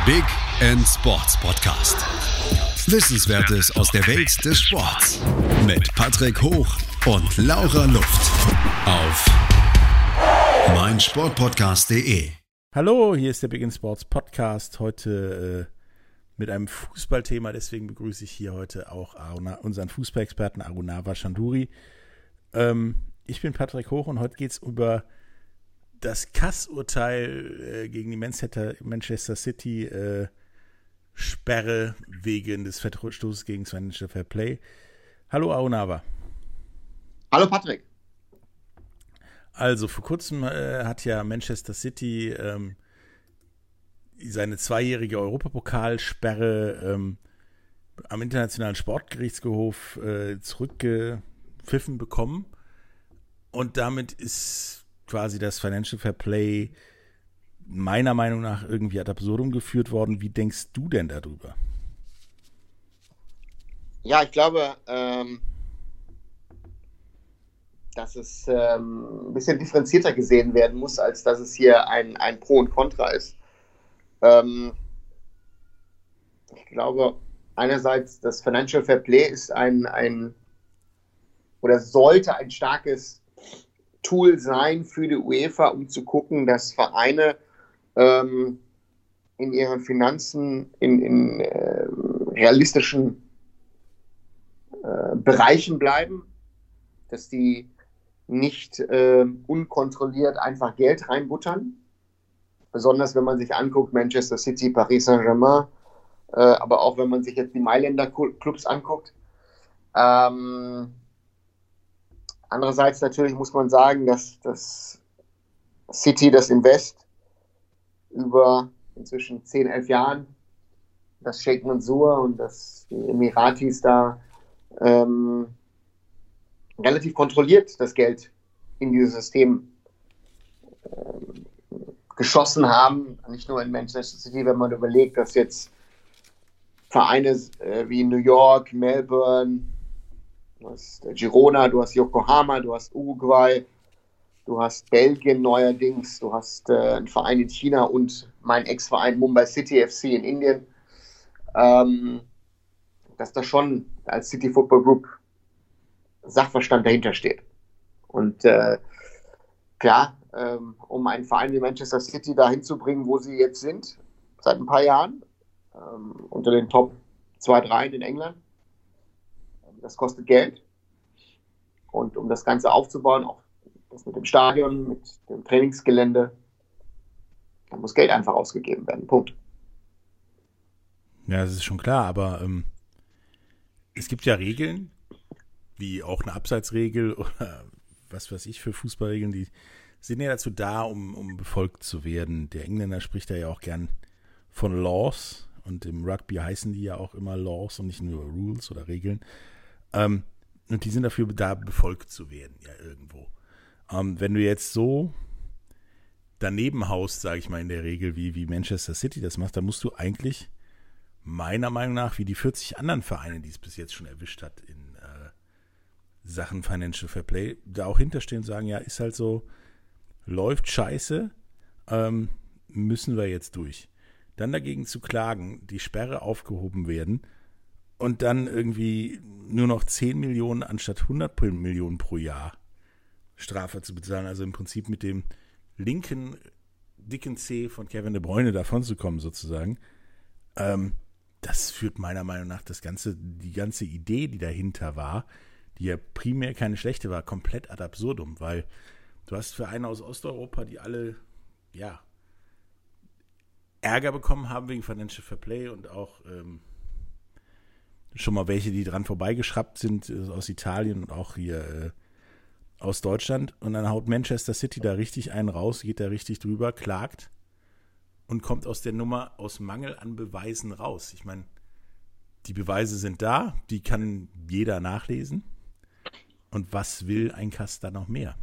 Big End Sports Podcast. Wissenswertes aus der Welt des Sports. Mit Patrick Hoch und Laura Luft. Auf meinsportpodcast.de. Hallo, hier ist der Big End Sports Podcast. Heute mit einem Fußballthema. Deswegen begrüße ich hier heute auch unseren Fußballexperten Arunava Chanduri. Ich bin Patrick Hoch und heute geht es über das CAS-Urteil gegen die Manchester City Sperre wegen des Verstoßes gegen das Financial Fair Play. Hallo Arunava. Hallo Patrick. Also vor kurzem hat ja Manchester City seine 2-jährige Europapokalsperre am Internationalen Sportgerichtshof zurückgepfiffen bekommen. Und damit ist quasi das Financial Fair Play meiner Meinung nach irgendwie ad absurdum geführt worden. Wie denkst du denn darüber? Ja, ich glaube, dass es ein bisschen differenzierter gesehen werden muss, als dass es hier ein Pro und Contra ist. Ich glaube, einerseits das Financial Fair Play ist oder sollte ein starkes Tool sein für die UEFA, um zu gucken, dass Vereine in ihren Finanzen in realistischen Bereichen bleiben, dass die nicht unkontrolliert einfach Geld reinbuttern. Besonders wenn man sich anguckt, Manchester City, Paris Saint-Germain, aber auch wenn man sich jetzt die Mailänder Clubs anguckt. Andererseits natürlich muss man sagen, dass das City, das Invest über inzwischen 10, 11 Jahren, das Sheikh Mansour und die Emiratis da relativ kontrolliert das Geld in dieses System geschossen haben. Nicht nur in Manchester City, wenn man überlegt, dass jetzt Vereine wie New York, Melbourne, du hast Girona, du hast Yokohama, du hast Uruguay, du hast Belgien neuerdings, du hast einen Verein in China und mein Ex-Verein Mumbai City FC in Indien, dass da schon als City Football Group Sachverstand dahinter steht. Und klar, um einen Verein wie Manchester City dahin zu bringen, wo sie jetzt sind, seit ein paar Jahren, unter den Top 2, 3 in England, das kostet Geld. Und um das Ganze aufzubauen, auch das mit dem Stadion, mit dem Trainingsgelände, da muss Geld einfach ausgegeben werden. Punkt. Ja, das ist schon klar, aber es gibt ja Regeln, wie auch eine Abseitsregel oder was weiß ich für Fußballregeln, die sind ja dazu da, um befolgt zu werden. Der Engländer spricht da ja auch gern von Laws und im Rugby heißen die ja auch immer Laws und nicht nur Rules oder Regeln. Und die sind dafür da, befolgt zu werden, ja, irgendwo. Wenn du jetzt so daneben haust, sage ich mal in der Regel, wie Manchester City das macht, dann musst du eigentlich meiner Meinung nach, wie die 40 anderen Vereine, die es bis jetzt schon erwischt hat in Sachen Financial Fair Play, da auch hinterstehen und sagen, ja, ist halt so, läuft scheiße, müssen wir jetzt durch. Dann dagegen zu klagen, die Sperre aufgehoben werden, und dann irgendwie nur noch 10 Millionen anstatt 100 Millionen pro Jahr Strafe zu bezahlen. Also im Prinzip mit dem linken, dicken C von Kevin De Bruyne davon zu kommen sozusagen. Das führt meiner Meinung nach die ganze Idee, die dahinter war, die ja primär keine schlechte war, komplett ad absurdum. Weil du hast Vereine aus Osteuropa, die alle, ja, Ärger bekommen haben wegen Financial Fair Play und auch schon mal welche, die dran vorbeigeschraubt sind aus Italien und auch hier aus Deutschland. Und dann haut Manchester City da richtig einen raus, geht da richtig drüber, klagt und kommt aus der Nummer aus Mangel an Beweisen raus. Ich meine, die Beweise sind da, die kann jeder nachlesen. Und was will ein CAS da noch mehr?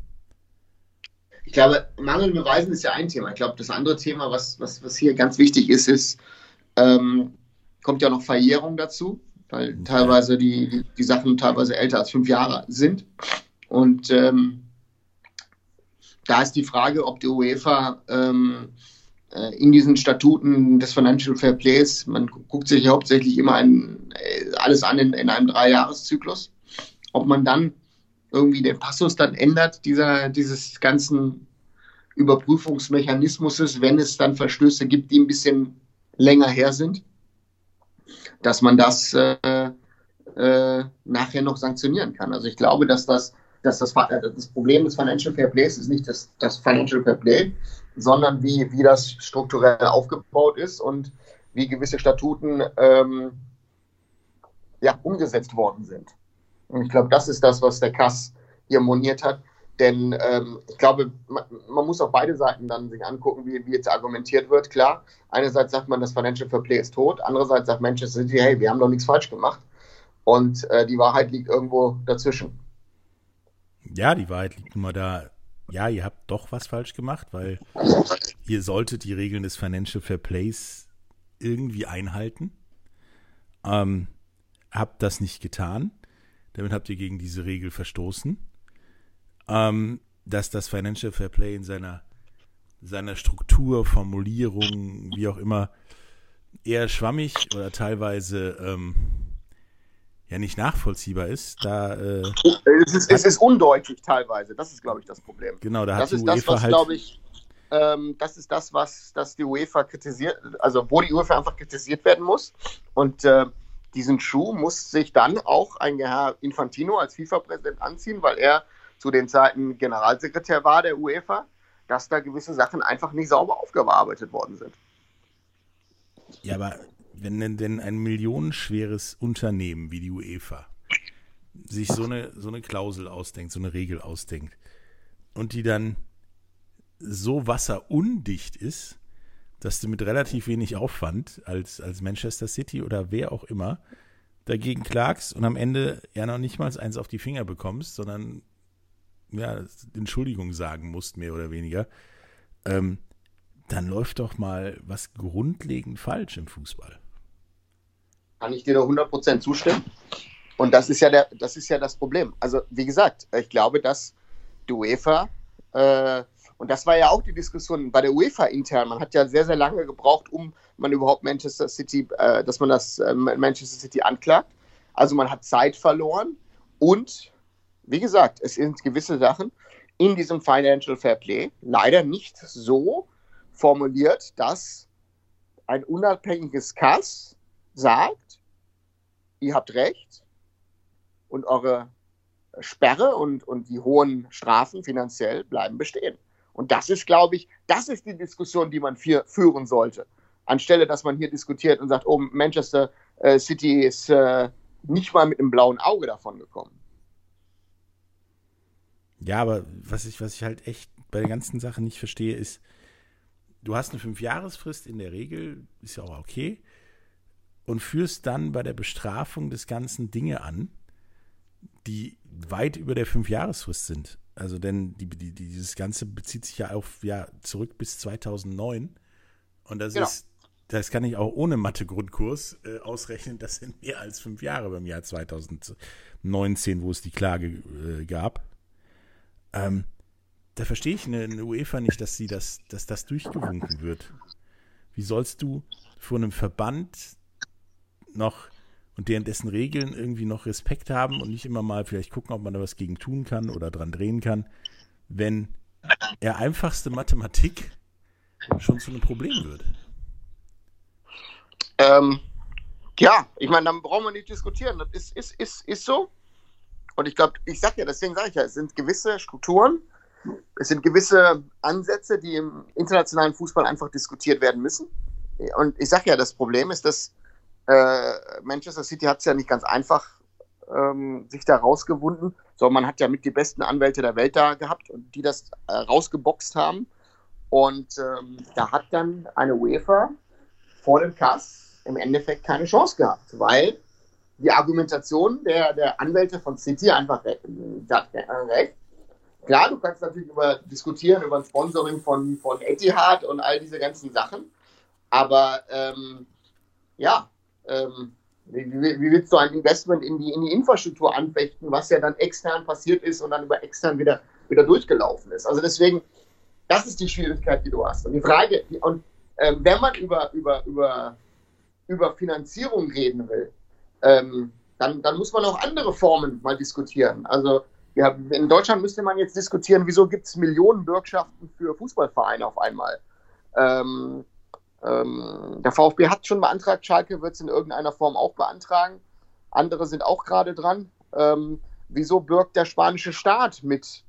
Ich glaube, Mangel an Beweisen ist ja ein Thema. Ich glaube, das andere Thema, was hier ganz wichtig ist, kommt ja noch Verjährung dazu, weil teilweise die Sachen teilweise älter als 5 Jahre sind. Und da ist die Frage, ob die UEFA in diesen Statuten des Financial Fair Plays, man guckt sich ja hauptsächlich immer alles an in einem 3-Jahres-Zyklus, ob man dann irgendwie den Passus dann ändert, dieses ganzen Überprüfungsmechanismus, wenn es dann Verstöße gibt, die ein bisschen länger her sind, dass man das nachher noch sanktionieren kann. Also ich glaube, dass das Problem des Financial Fair Plays ist nicht das Financial Fair Play, sondern wie das strukturell aufgebaut ist und wie gewisse Statuten umgesetzt worden sind. Und ich glaube, das ist das, was der CAS hier moniert hat. Denn ich glaube, man muss auf beide Seiten dann sich angucken, wie jetzt argumentiert wird. Klar, einerseits sagt man, das Financial Fair Play ist tot, andererseits sagt Manchester City, hey, wir haben doch nichts falsch gemacht. Und die Wahrheit liegt irgendwo dazwischen. Ja, die Wahrheit liegt immer da. Ja, ihr habt doch was falsch gemacht, weil ihr solltet die Regeln des Financial Fair Plays irgendwie einhalten. Habt das nicht getan. Damit habt ihr gegen diese Regel verstoßen. Dass das Financial Fair Play in seiner Struktur, Formulierung, wie auch immer, eher schwammig oder teilweise nicht nachvollziehbar ist. Es ist undeutlich teilweise. Das ist, glaube ich, das Problem. Genau, da hat die UEFA das ist das, was die UEFA kritisiert, also wo die UEFA einfach kritisiert werden muss. Und diesen Schuh muss sich dann auch ein Herr Infantino als FIFA-Präsident anziehen, weil er zu den Zeiten Generalsekretär war der UEFA, dass da gewisse Sachen einfach nicht sauber aufgearbeitet worden sind. Ja, aber wenn denn ein millionenschweres Unternehmen wie die UEFA sich so eine Klausel ausdenkt, so eine Regel ausdenkt und die dann so wasserundicht ist, dass du mit relativ wenig Aufwand als Manchester City oder wer auch immer dagegen klagst und am Ende ja noch nicht mal eins auf die Finger bekommst, sondern Entschuldigung sagen musst, mehr oder weniger, dann läuft doch mal was grundlegend falsch im Fußball. Kann ich dir nur 100% zustimmen. Und das ist ja das Problem. Also wie gesagt, ich glaube, dass die UEFA, und das war ja auch die Diskussion bei der UEFA intern, man hat ja sehr, sehr lange gebraucht, man überhaupt Manchester City, dass man das Manchester City anklagt. Also man hat Zeit verloren und wie gesagt, es sind gewisse Sachen in diesem Financial Fair Play leider nicht so formuliert, dass ein unabhängiges CAS sagt, ihr habt recht und eure Sperre und die hohen Strafen finanziell bleiben bestehen. Und das ist, glaube ich, die Diskussion, die man führen sollte. Anstelle, dass man hier diskutiert und sagt, oh, Manchester City ist nicht mal mit einem blauen Auge davon gekommen. Ja, aber was ich halt echt bei der ganzen Sache nicht verstehe, ist, du hast eine 5-Jahresfrist in der Regel, ist ja auch okay, und führst dann bei der Bestrafung des Ganzen Dinge an, die weit über der 5-Jahresfrist sind. Also denn dieses Ganze bezieht sich ja zurück bis 2009 und das kann ich auch ohne Mathe-Grundkurs ausrechnen, das sind mehr als 5 Jahre beim Jahr 2019, wo es die Klage gab. Da verstehe ich eine UEFA nicht, dass das durchgewunken wird. Wie sollst du vor einem Verband noch und dessen Regeln irgendwie noch Respekt haben und nicht immer mal vielleicht gucken, ob man da was gegen tun kann oder dran drehen kann, wenn einfachste Mathematik schon zu einem Problem wird? Ich meine, dann brauchen wir nicht diskutieren. Das ist so. Und ich glaube, deswegen sage ich ja, es sind gewisse Strukturen, es sind gewisse Ansätze, die im internationalen Fußball einfach diskutiert werden müssen. Und ich sage ja, das Problem ist, dass Manchester City hat es ja nicht ganz einfach sich da rausgewunden, sondern man hat ja mit die besten Anwälte der Welt da gehabt und die das rausgeboxt haben. Und da hat dann eine UEFA vor dem CAS im Endeffekt keine Chance gehabt, weil die Argumentation der Anwälte von City einfach recht. Klar, du kannst natürlich diskutieren über ein Sponsoring von Etihad und all diese ganzen Sachen, aber wie willst du ein Investment in die Infrastruktur anfechten, was ja dann extern passiert ist und dann über extern wieder durchgelaufen ist? Also deswegen, das ist die Schwierigkeit, die du hast. Und die Frage, und wenn man über Finanzierung reden will, dann muss man auch andere Formen mal diskutieren. Also in Deutschland müsste man jetzt diskutieren, wieso gibt es Millionen Bürgschaften für Fußballvereine auf einmal. Der VfB hat schon beantragt, Schalke wird es in irgendeiner Form auch beantragen. Andere sind auch gerade dran. Wieso bürgt der spanische Staat mit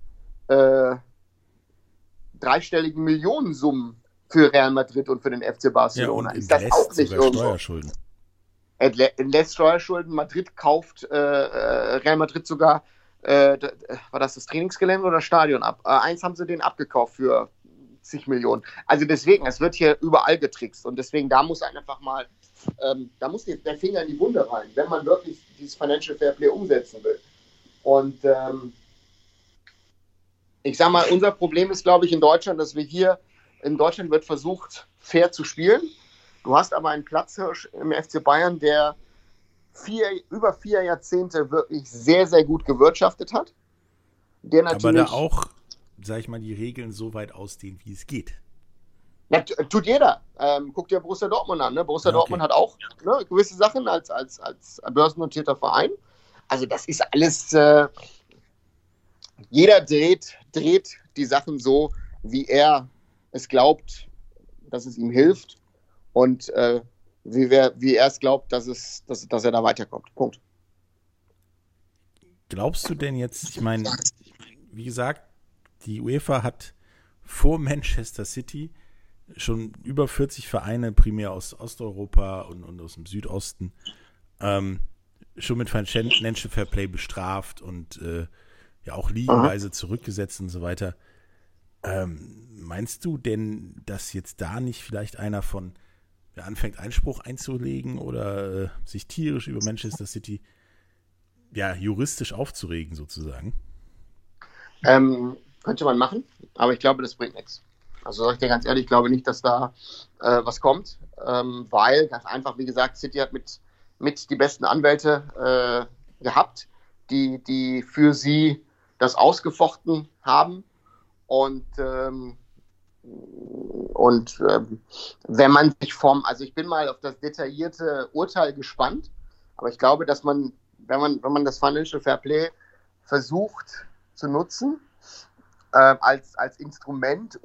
dreistelligen Millionensummen für Real Madrid und für den FC Barcelona? Ja, ist das auch nicht irgendwo? Steuerschulden. Lässt Steuerschulden. Madrid kauft Real Madrid sogar, war das Trainingsgelände oder das Stadion ab? Eins haben sie den abgekauft für zig Millionen. Also deswegen, es wird hier überall getrickst und deswegen, da muss einfach mal, da muss der Finger in die Wunde rein, wenn man wirklich dieses Financial Fairplay umsetzen will. Und ich sag mal, unser Problem ist, glaube ich, in Deutschland, dass wir hier, in Deutschland wird versucht, fair zu spielen. Du hast aber einen Platzhirsch im FC Bayern, der über 4 Jahrzehnte wirklich sehr, sehr gut gewirtschaftet hat. Der natürlich, aber da auch, sag ich mal, die Regeln so weit ausdehnen, wie es geht. Ja, tut jeder. Guck dir Borussia Dortmund an. Ne? Borussia Dortmund hat auch gewisse Sachen als börsennotierter Verein. Also das ist alles, jeder dreht die Sachen so, wie er es glaubt, dass es ihm hilft und wie er es glaubt, dass er da weiterkommt. Punkt. Glaubst du denn jetzt, ich meine, wie gesagt, die UEFA hat vor Manchester City schon über 40 Vereine, primär aus Osteuropa und aus dem Südosten, schon mit Financial Fair Play bestraft und ja auch liegenweise zurückgesetzt und so weiter. Meinst du denn, dass jetzt da nicht vielleicht einer von anfängt, Einspruch einzulegen oder sich tierisch über Manchester City juristisch aufzuregen sozusagen? Könnte man machen, aber ich glaube, das bringt nichts. Also sag ich dir ganz ehrlich, ich glaube nicht, dass da was kommt, weil ganz einfach, wie gesagt, City hat mit die besten Anwälte gehabt, die für sie das ausgefochten haben und wenn man sich also ich bin mal auf das detaillierte Urteil gespannt, aber ich glaube, dass man, wenn man das Financial Fair Play versucht zu nutzen, als Instrument,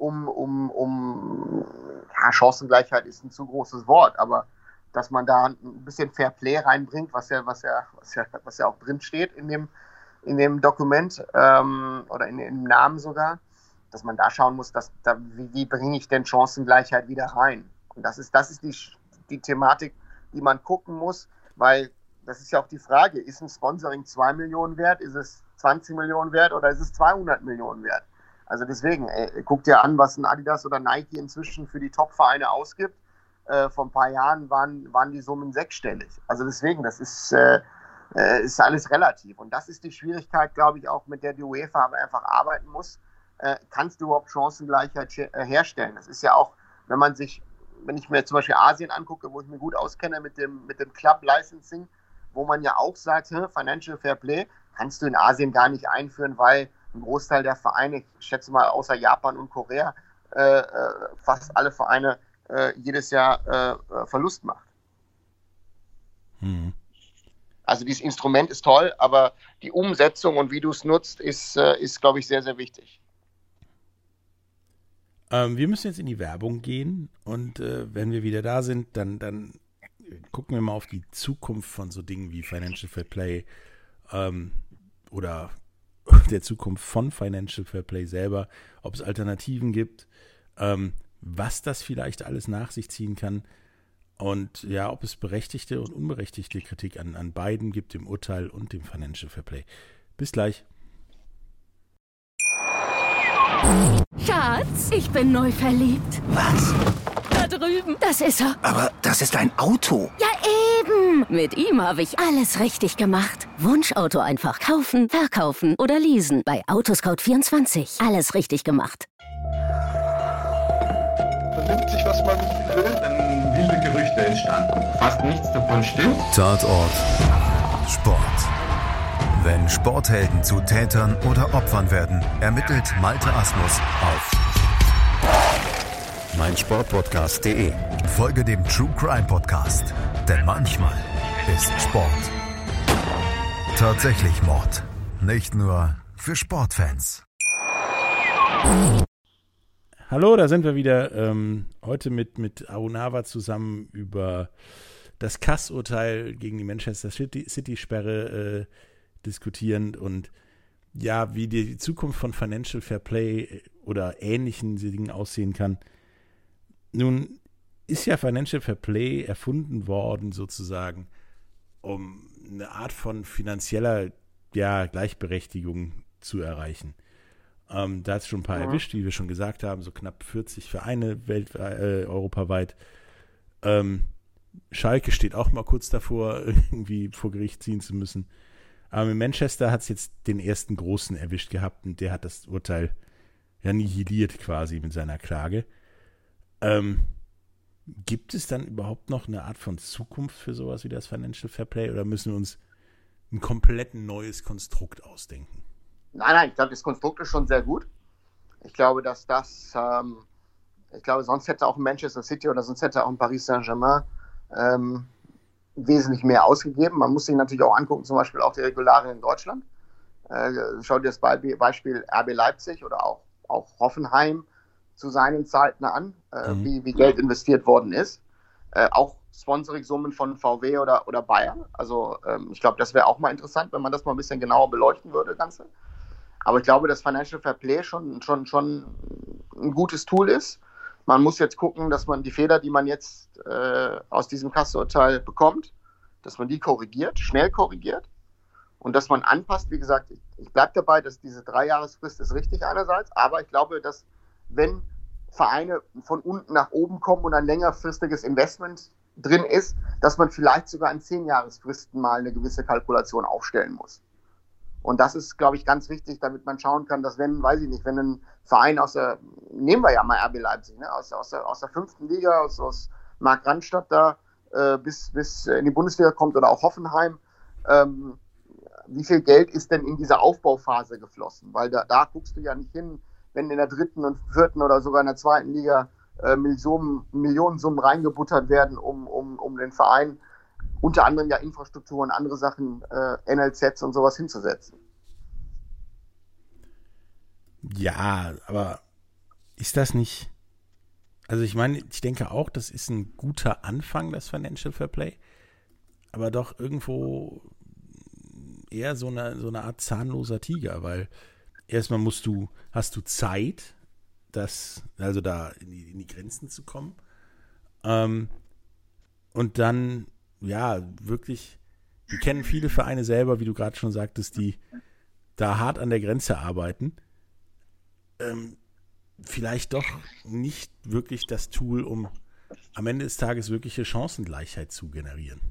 Chancengleichheit ist ein zu großes Wort, aber dass man da ein bisschen Fair Play reinbringt, was ja auch drin steht in dem Dokument oder in dem Namen sogar, dass man da schauen muss, wie bringe ich denn Chancengleichheit wieder rein? Und das ist die Thematik, die man gucken muss, weil das ist ja auch die Frage, ist ein Sponsoring 2 Millionen wert, ist es 20 Millionen wert oder ist es 200 Millionen wert? Also deswegen, guck dir an, was ein Adidas oder Nike inzwischen für die Top-Vereine ausgibt. Vor ein paar Jahren waren die Summen sechsstellig. Also deswegen, das ist alles relativ. Und das ist die Schwierigkeit, glaube ich, auch mit der die UEFA einfach arbeiten muss. Kannst du überhaupt Chancengleichheit herstellen? Das ist ja auch, wenn ich mir zum Beispiel Asien angucke, wo ich mir gut auskenne mit dem Club Licensing, wo man ja auch sagt, Financial Fair Play kannst du in Asien gar nicht einführen, weil ein Großteil der Vereine, ich schätze mal außer Japan und Korea, fast alle Vereine jedes Jahr Verlust macht. Mhm. Also dieses Instrument ist toll, aber die Umsetzung und wie du es nutzt, ist glaube ich, sehr, sehr wichtig. Wir müssen jetzt in die Werbung gehen und wenn wir wieder da sind, dann gucken wir mal auf die Zukunft von so Dingen wie Financial Fair Play oder der Zukunft von Financial Fair Play selber, ob es Alternativen gibt, was das vielleicht alles nach sich ziehen kann und ja, ob es berechtigte und unberechtigte Kritik an beiden gibt, dem Urteil und dem Financial Fair Play. Bis gleich. Schatz, ich bin neu verliebt. Was? Da drüben. Das ist er. Aber das ist ein Auto. Ja, eben. Mit ihm habe ich alles richtig gemacht. Wunschauto einfach kaufen, verkaufen oder leasen. Bei Autoscout24. Alles richtig gemacht. Vernimmt sich, was man will. Dann wilde Gerüchte entstanden. Fast nichts davon stimmt. Tatort Sport. Wenn Sporthelden zu Tätern oder Opfern werden, ermittelt Malte Asmus auf meinsportpodcast.de. Folge dem True Crime Podcast, denn manchmal ist Sport tatsächlich Mord. Nicht nur für Sportfans. Hallo, da sind wir wieder. Heute mit Arunawa zusammen über das CAS-Urteil gegen die Manchester City-Sperre diskutierend und ja, wie die Zukunft von Financial Fair Play oder ähnlichen Dingen aussehen kann. Nun ist ja Financial Fair Play erfunden worden sozusagen, um eine Art von finanzieller Gleichberechtigung zu erreichen. Da hat es schon ein paar erwischt, wie wir schon gesagt haben, so knapp 40 Vereine europaweit. Schalke steht auch mal kurz davor, irgendwie vor Gericht ziehen zu müssen. Aber in Manchester hat es jetzt den ersten Großen erwischt gehabt und der hat das Urteil nihiliert quasi mit seiner Klage. Gibt es dann überhaupt noch eine Art von Zukunft für sowas wie das Financial Fair Play oder müssen wir uns ein komplett neues Konstrukt ausdenken? Nein, ich glaube, das Konstrukt ist schon sehr gut. Ich glaube, dass sonst hätte auch ein Manchester City oder sonst hätte auch ein Paris Saint-Germain wesentlich mehr ausgegeben. Man muss sich natürlich auch angucken, zum Beispiel auch die Regularien in Deutschland. Schau dir das Beispiel RB Leipzig oder auch Hoffenheim zu seinen Zeiten an, wie Geld investiert worden ist. Auch Sponsoring-Summen von VW oder Bayern. Also ich glaube, das wäre auch mal interessant, wenn man das mal ein bisschen genauer beleuchten würde, das Ganze. Aber ich glaube, dass Financial Fair Play schon ein gutes Tool ist. Man muss jetzt gucken, dass man die Fehler, die man jetzt aus diesem CAS-Urteil bekommt, dass man die schnell korrigiert und dass man anpasst. Wie gesagt, ich bleibe dabei, dass diese 3-Jahresfrist ist richtig einerseits, aber ich glaube, dass wenn Vereine von unten nach oben kommen und ein längerfristiges Investment drin ist, dass man vielleicht sogar in 10-Jahresfristen mal eine gewisse Kalkulation aufstellen muss. Und das ist, glaube ich, ganz wichtig, damit man schauen kann, dass wenn ein Verein nehmen wir ja mal RB Leipzig, ne, aus der 5. Liga, aus Markranstadt da bis in die Bundesliga kommt oder auch Hoffenheim, wie viel Geld ist denn in diese Aufbauphase geflossen? Weil da guckst du ja nicht hin, wenn in der 3. und 4. oder sogar in der 2. Liga Millionensummen reingebuttert werden, um den Verein unter anderem ja Infrastruktur und andere Sachen, NLZs und sowas hinzusetzen. Ja, aber ist das nicht... Also ich meine, ich denke auch, das ist ein guter Anfang, das Financial Fair Play, aber doch irgendwo eher so eine Art zahnloser Tiger, weil erstmal hast du Zeit, also da in die Grenzen zu kommen, und dann wirklich, wir kennen viele Vereine selber, wie du gerade schon sagtest, die da hart an der Grenze arbeiten, vielleicht doch nicht wirklich das Tool, um am Ende des Tages wirkliche Chancengleichheit zu generieren.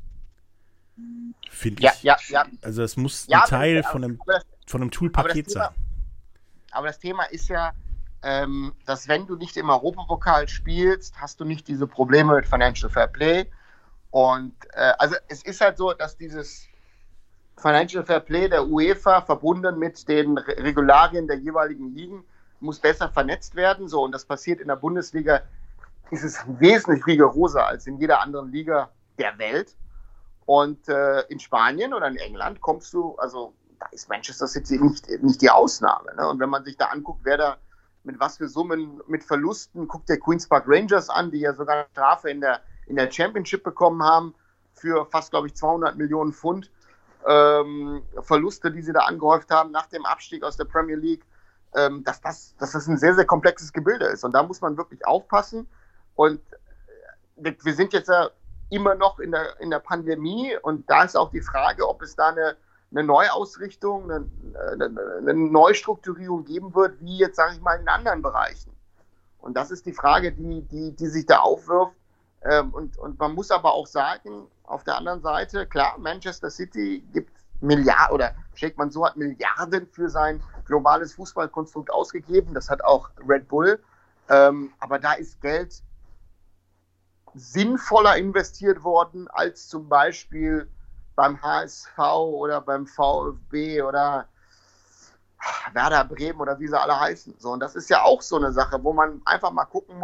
Finde ich. Ja. Also das muss ein Teil von einem Toolpaket sein. Aber das Thema ist ja, dass wenn du nicht im Europapokal spielst, hast du nicht diese Probleme mit Financial Fair Play. Und also es ist halt so, dass dieses Financial Fair Play der UEFA verbunden mit den Regularien der jeweiligen Ligen muss besser vernetzt werden. So, und das passiert in der Bundesliga, ist es wesentlich rigoroser als in jeder anderen Liga der Welt. Und in Spanien oder in England da ist Manchester City nicht die Ausnahme. Ne? Und wenn man sich da anguckt, wer da mit was für Summen, mit Verlusten, guckt der Queen's Park Rangers an, die ja sogar eine Strafe in der Championship bekommen haben für fast, glaube ich, 200 Millionen Pfund. Verluste, die sie da angehäuft haben nach dem Abstieg aus der Premier League, dass das ein sehr, sehr komplexes Gebilde ist. Und da muss man wirklich aufpassen. Und wir sind jetzt ja immer noch in der Pandemie und da ist auch die Frage, ob es da eine Neuausrichtung, eine Neustrukturierung geben wird, wie jetzt, sage ich mal, in anderen Bereichen. Und das ist die Frage, die sich da aufwirft. Und man muss aber auch sagen, auf der anderen Seite, klar, Manchester City gibt Milliarden, oder Sheikh Mansour hat Milliarden für sein globales Fußballkonstrukt ausgegeben. Das hat auch Red Bull. Aber da ist Geld sinnvoller investiert worden als zum Beispiel beim HSV oder beim VfB oder Werder Bremen oder wie sie alle heißen. So, und das ist ja auch so eine Sache, wo man einfach mal gucken muss,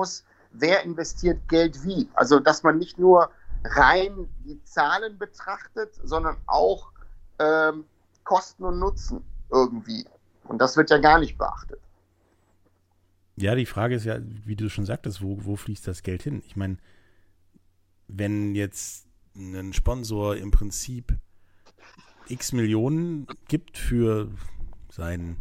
wer investiert Geld wie. Also, dass man nicht nur rein die Zahlen betrachtet, sondern auch Kosten und Nutzen irgendwie. Und das wird ja gar nicht beachtet. Ja, die Frage ist ja, wie du schon sagtest, wo fließt das Geld hin? Ich meine, wenn jetzt ein Sponsor im Prinzip x Millionen gibt für seine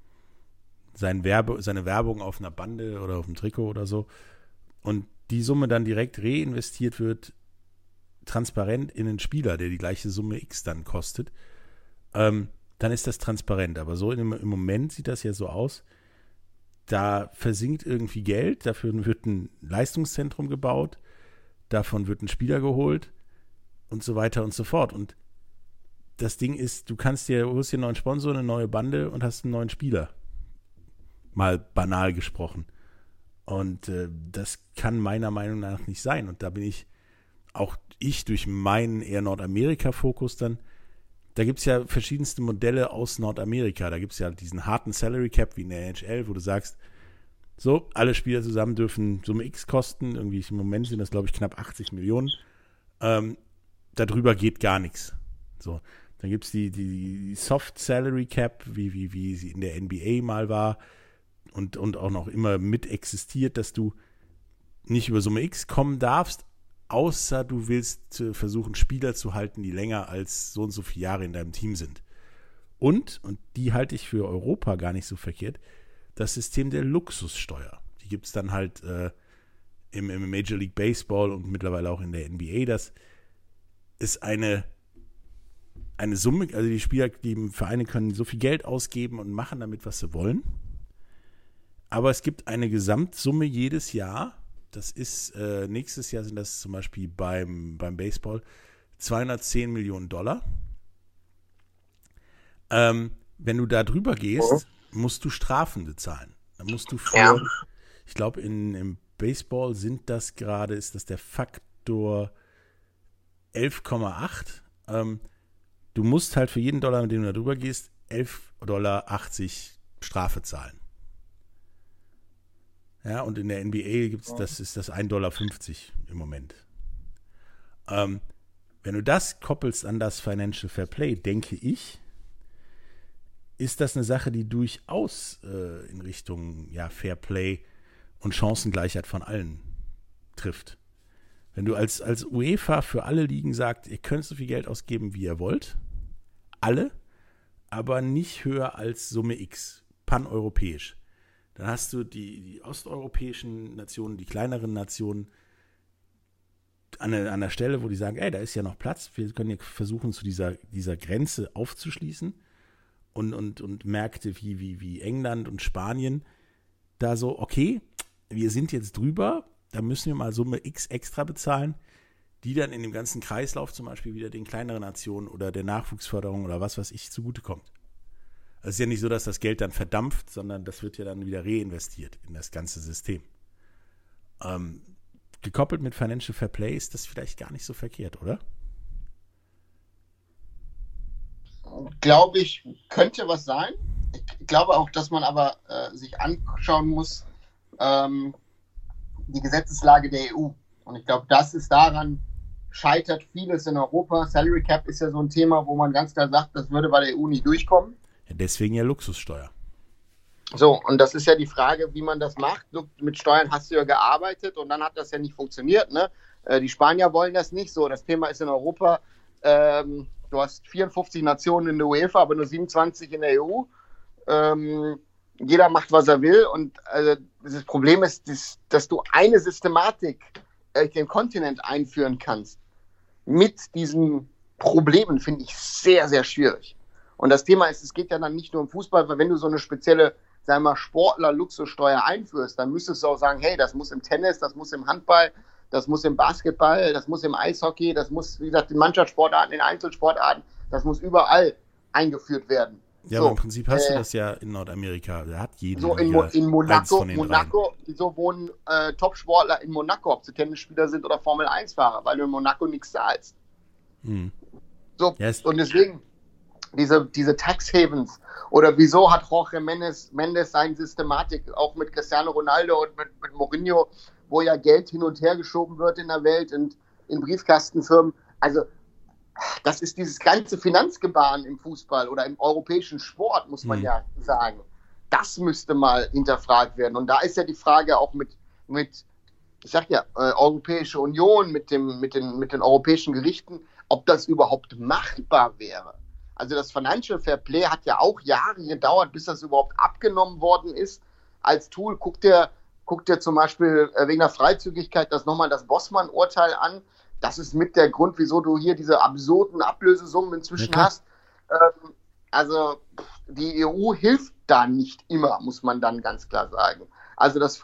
Werbung auf einer Bande oder auf einem Trikot oder so und die Summe dann direkt reinvestiert wird, transparent in einen Spieler, der die gleiche Summe X dann kostet, dann ist das transparent. Aber so im Moment sieht das ja so aus, da versinkt irgendwie Geld, dafür wird ein Leistungszentrum gebaut, davon wird ein Spieler geholt und so weiter und so fort. Und das Ding ist, du holst dir einen neuen Sponsor, eine neue Bande und hast einen neuen Spieler. Mal banal gesprochen. Und das kann meiner Meinung nach nicht sein. Und da bin ich durch meinen eher Nordamerika-Fokus dann, da gibt es ja verschiedenste Modelle aus Nordamerika. Da gibt es ja diesen harten Salary Cap wie in der NHL, wo du sagst, so, alle Spieler zusammen dürfen Summe X kosten. Irgendwie im Moment sind das, glaube ich, knapp 80 Millionen. Darüber geht gar nichts. So, dann gibt es die Soft Salary Cap, wie sie in der NBA mal war und auch noch immer mit existiert, dass du nicht über Summe X kommen darfst, außer du willst versuchen, Spieler zu halten, die länger als so und so viele Jahre in deinem Team sind. Und die halte ich für Europa gar nicht so verkehrt, das System der Luxussteuer. Die gibt es dann halt im Major League Baseball und mittlerweile auch in der NBA. Das ist eine Summe, also die Spieler, die Vereine können so viel Geld ausgeben und machen damit, was sie wollen. Aber es gibt eine Gesamtsumme jedes Jahr. Das ist, nächstes Jahr sind das zum Beispiel beim Baseball $210 Millionen. Wenn du da drüber gehst, musst du Strafen bezahlen. Dann musst du ich glaube, im Baseball ist das der Faktor 11,8. Du musst halt für jeden Dollar, mit dem du da drüber gehst, $11,80 Strafe zahlen. Ja, und in der NBA ist das $1,50 im Moment. Wenn du das koppelst an das Financial Fair Play, denke ich, ist das eine Sache, die durchaus in Richtung Fair Play und Chancengleichheit von allen trifft. Wenn du als UEFA für alle Ligen sagst, ihr könnt so viel Geld ausgeben, wie ihr wollt, alle, aber nicht höher als Summe X, paneuropäisch. Dann hast du die osteuropäischen Nationen, die kleineren Nationen an der Stelle, wo die sagen, da ist ja noch Platz, wir können ja versuchen, zu dieser Grenze aufzuschließen und Märkte wie England und Spanien da so, okay, wir sind jetzt drüber, da müssen wir mal Summe X extra bezahlen, die dann in dem ganzen Kreislauf zum Beispiel wieder den kleineren Nationen oder der Nachwuchsförderung oder was weiß ich zugute-kommt. Es ist ja nicht so, dass das Geld dann verdampft, sondern das wird ja dann wieder reinvestiert in das ganze System. Gekoppelt mit Financial Fair Play ist das vielleicht gar nicht so verkehrt, oder? Glaube ich, könnte was sein. Ich glaube auch, dass man aber sich anschauen muss, die Gesetzeslage der EU. Und ich glaube, daran scheitert vieles in Europa. Salary Cap ist ja so ein Thema, wo man ganz klar sagt, das würde bei der EU nicht durchkommen. Ja, deswegen ja Luxussteuer. So, und das ist ja die Frage, wie man das macht. Mit Steuern hast du ja gearbeitet und dann hat das ja nicht funktioniert. Ne? Die Spanier wollen das nicht so. Das Thema ist in Europa, du hast 54 Nationen in der UEFA, aber nur 27 in der EU. Jeder macht, was er will. Und das Problem ist, dass du eine Systematik den Kontinent einführen kannst. Mit diesen Problemen finde ich sehr, sehr schwierig. Und das Thema ist, es geht ja dann nicht nur um Fußball, weil wenn du so eine spezielle, sagen wir mal, Sportler-Luxussteuer einführst, dann müsstest du auch sagen, hey, das muss im Tennis, das muss im Handball, das muss im Basketball, das muss im Eishockey, das muss, wie gesagt, in Mannschaftssportarten, in Einzelsportarten, das muss überall eingeführt werden. Ja, aber im Prinzip hast du das ja in Nordamerika. Da hat jeder so in Monaco, so wohnen Top-Sportler in Monaco, ob sie Tennisspieler sind oder Formel-1-Fahrer, weil du in Monaco nichts zahlst. So, yes. Und deswegen diese Tax Havens oder wieso hat Jorge Mendes seine Systematik auch mit Cristiano Ronaldo und mit Mourinho, wo ja Geld hin und her geschoben wird in der Welt und in Briefkastenfirmen. Also das ist dieses ganze Finanzgebaren im Fußball oder im europäischen Sport, muss man ja sagen. Das müsste mal hinterfragt werden. Und da ist ja die Frage auch mit ich sag ja, Europäische Union, mit den europäischen Gerichten, ob das überhaupt machbar wäre. Also das Financial Fair Play hat ja auch Jahre gedauert, bis das überhaupt abgenommen worden ist. Als Tool guckt dir zum Beispiel wegen der Freizügigkeit nochmal das Bossmann-Urteil an. Das ist mit der Grund, wieso du hier diese absurden Ablösesummen inzwischen hast. Also die EU hilft da nicht immer, muss man dann ganz klar sagen. Also das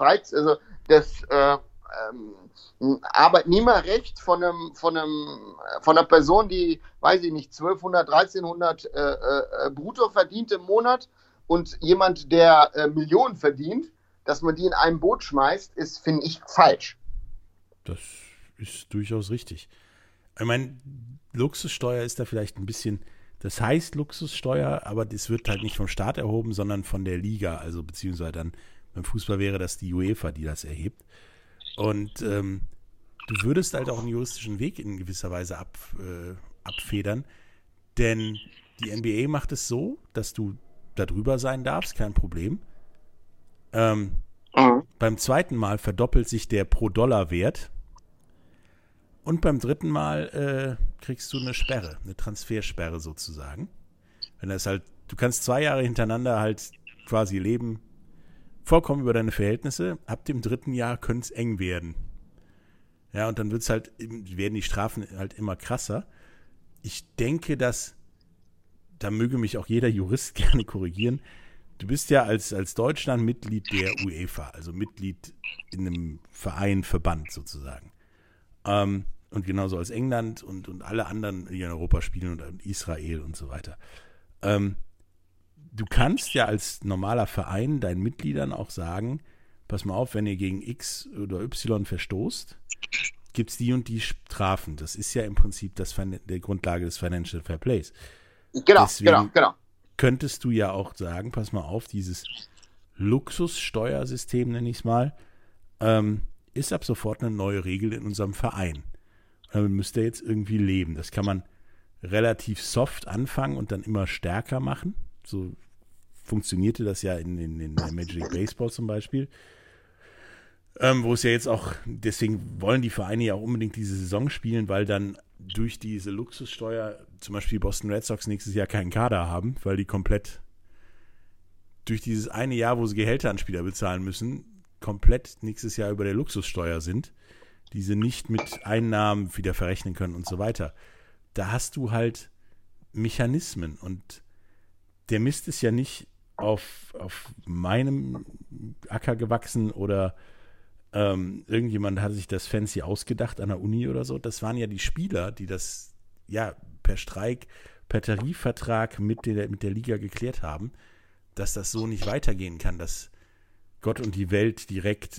Arbeitnehmerrecht von einer Person, die, weiß ich nicht, 1200, 1300 brutto verdient im Monat und jemand, der Millionen verdient, dass man die in einem Boot schmeißt, ist, finde ich, falsch. Das ist durchaus richtig. Ich meine, Luxussteuer ist da vielleicht ein bisschen, das heißt Luxussteuer, aber das wird halt nicht vom Staat erhoben, sondern von der Liga, also beziehungsweise dann beim Fußball wäre das die UEFA, die das erhebt. Und du würdest halt auch einen juristischen Weg in gewisser Weise abfedern, denn die NBA macht es so, dass du da drüber sein darfst, kein Problem. Beim zweiten Mal verdoppelt sich der Pro-Dollar-Wert und beim dritten Mal kriegst du eine Sperre, eine Transfersperre sozusagen. Wenn das halt, du kannst 2 Jahre hintereinander halt quasi leben, vollkommen über deine Verhältnisse. Ab dem 3. Jahr könnte es eng werden. Ja, und dann werden die Strafen halt immer krasser. Ich denke, dass, da möge mich auch jeder Jurist gerne korrigieren, du bist ja als Deutschland Mitglied der UEFA, also Mitglied in einem Verband sozusagen. Und genauso als England und alle anderen, die in Europa spielen und Israel und so weiter. Du kannst ja als normaler Verein deinen Mitgliedern auch sagen, pass mal auf, wenn ihr gegen X oder Y verstoßt, gibt es die und die Strafen. Das ist ja im Prinzip die Grundlage des Financial Fair Plays. Genau. Könntest du ja auch sagen, pass mal auf, dieses Luxussteuersystem, nenne ich es mal, ist ab sofort eine neue Regel in unserem Verein. Damit müsst ihr jetzt irgendwie leben. Das kann man relativ soft anfangen und dann immer stärker machen. So funktionierte das ja in der Major League Baseball zum Beispiel, wo es ja jetzt auch, deswegen wollen die Vereine ja auch unbedingt diese Saison spielen, weil dann durch diese Luxussteuer zum Beispiel Boston Red Sox nächstes Jahr keinen Kader haben, weil die komplett durch dieses eine Jahr, wo sie Gehälter an Spieler bezahlen müssen, komplett nächstes Jahr über der Luxussteuer sind, die sie nicht mit Einnahmen wieder verrechnen können und so weiter. Da hast du halt Mechanismen und der Mist ist ja nicht auf meinem Acker gewachsen oder irgendjemand hat sich das fancy ausgedacht an der Uni oder so. Das waren ja die Spieler, die das ja per Streik, per Tarifvertrag mit der Liga geklärt haben, dass das so nicht weitergehen kann, dass Gott und die Welt direkt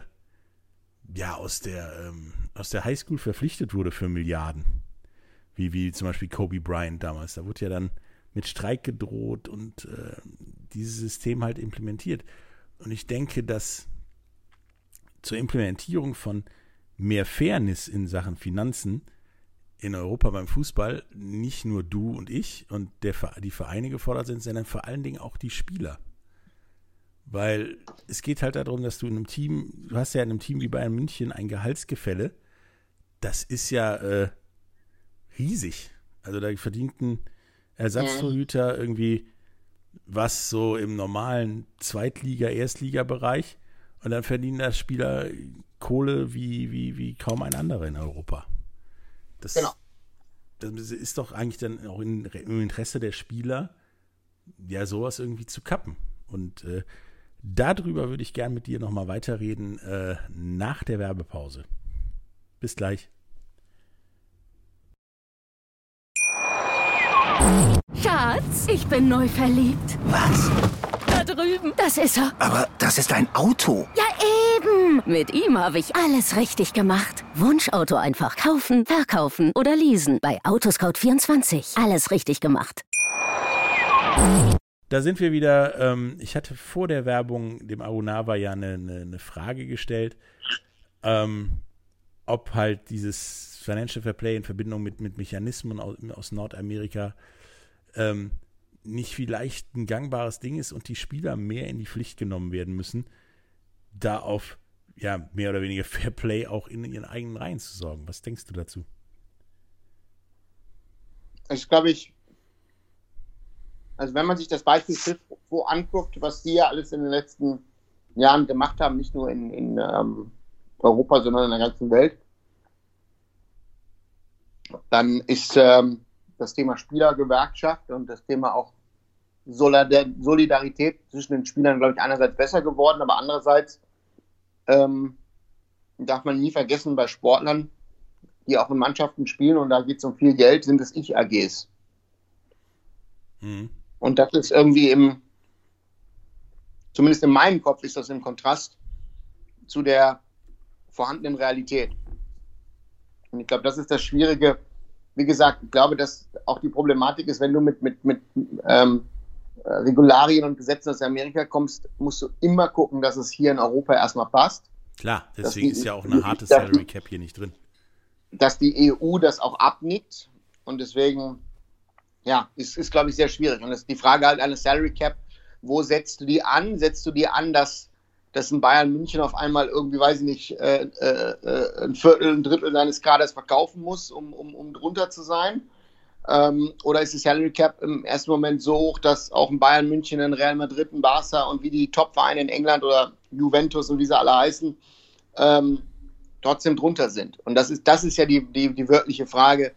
aus der Highschool verpflichtet wurde für Milliarden. Wie zum Beispiel Kobe Bryant damals. Da wurde ja dann mit Streik gedroht und dieses System halt implementiert. Und ich denke, dass zur Implementierung von mehr Fairness in Sachen Finanzen in Europa beim Fußball nicht nur du und ich und die Vereine gefordert sind, sondern vor allen Dingen auch die Spieler. Weil es geht halt darum, dass du du hast ja in einem Team wie Bayern München ein Gehaltsgefälle, das ist ja riesig. Also da verdient ein Ersatztorhüter irgendwie was so im normalen Zweitliga-, Erstliga-Bereich und dann verdienen da Spieler Kohle wie kaum ein anderer in Europa. Das ist doch eigentlich dann auch im Interesse der Spieler, ja, sowas irgendwie zu kappen. Und darüber würde ich gern mit dir nochmal weiterreden nach der Werbepause. Bis gleich. Schatz, ich bin neu verliebt. Was? Da drüben. Das ist er. Aber das ist ein Auto. Ja, eben. Mit ihm habe ich alles richtig gemacht. Wunschauto einfach kaufen, verkaufen oder leasen. Bei Autoscout24. Alles richtig gemacht. Da sind wir wieder. Ich hatte vor der Werbung dem Arunava ja eine Frage gestellt. ob halt dieses Financial Fair Play in Verbindung mit Mechanismen aus Nordamerika nicht vielleicht ein gangbares Ding ist und die Spieler mehr in die Pflicht genommen werden müssen, da auf mehr oder weniger Fair Play auch in ihren eigenen Reihen zu sorgen. Was denkst du dazu? Ich glaube, also wenn man sich das Beispiel FIFPro anguckt, was die ja alles in den letzten Jahren gemacht haben, nicht nur in Europa, sondern in der ganzen Welt, dann ist das Thema Spielergewerkschaft und das Thema auch Solidarität zwischen den Spielern, glaube ich, einerseits besser geworden, aber andererseits darf man nie vergessen, bei Sportlern, die auch in Mannschaften spielen und da geht es um viel Geld, sind es Ich-AGs. Und das ist irgendwie zumindest in meinem Kopf ist das im Kontrast zu der vorhandenen Realität. Und ich glaube, das ist das Schwierige. Wie gesagt, ich glaube, dass auch die Problematik ist, wenn du mit Regularien und Gesetzen aus Amerika kommst, musst du immer gucken, dass es hier in Europa erstmal passt. Klar, deswegen ist ja auch eine harte Salary Cap hier nicht drin. Dass die EU das auch abnickt und deswegen, ist glaube ich, sehr schwierig. Und das ist die Frage halt eine Salary Cap, wo setzt du die an? Setzt du die an, dass ein Bayern München auf einmal irgendwie, weiß ich nicht, ein Viertel, ein Drittel seines Kaders verkaufen muss, um drunter zu sein? Oder ist die Salary Cap im ersten Moment so hoch, dass auch ein Bayern München, ein Real Madrid, ein Barca und wie die Top-Vereine in England oder Juventus und wie sie alle heißen, trotzdem drunter sind? Und das ist ja die wirkliche Frage,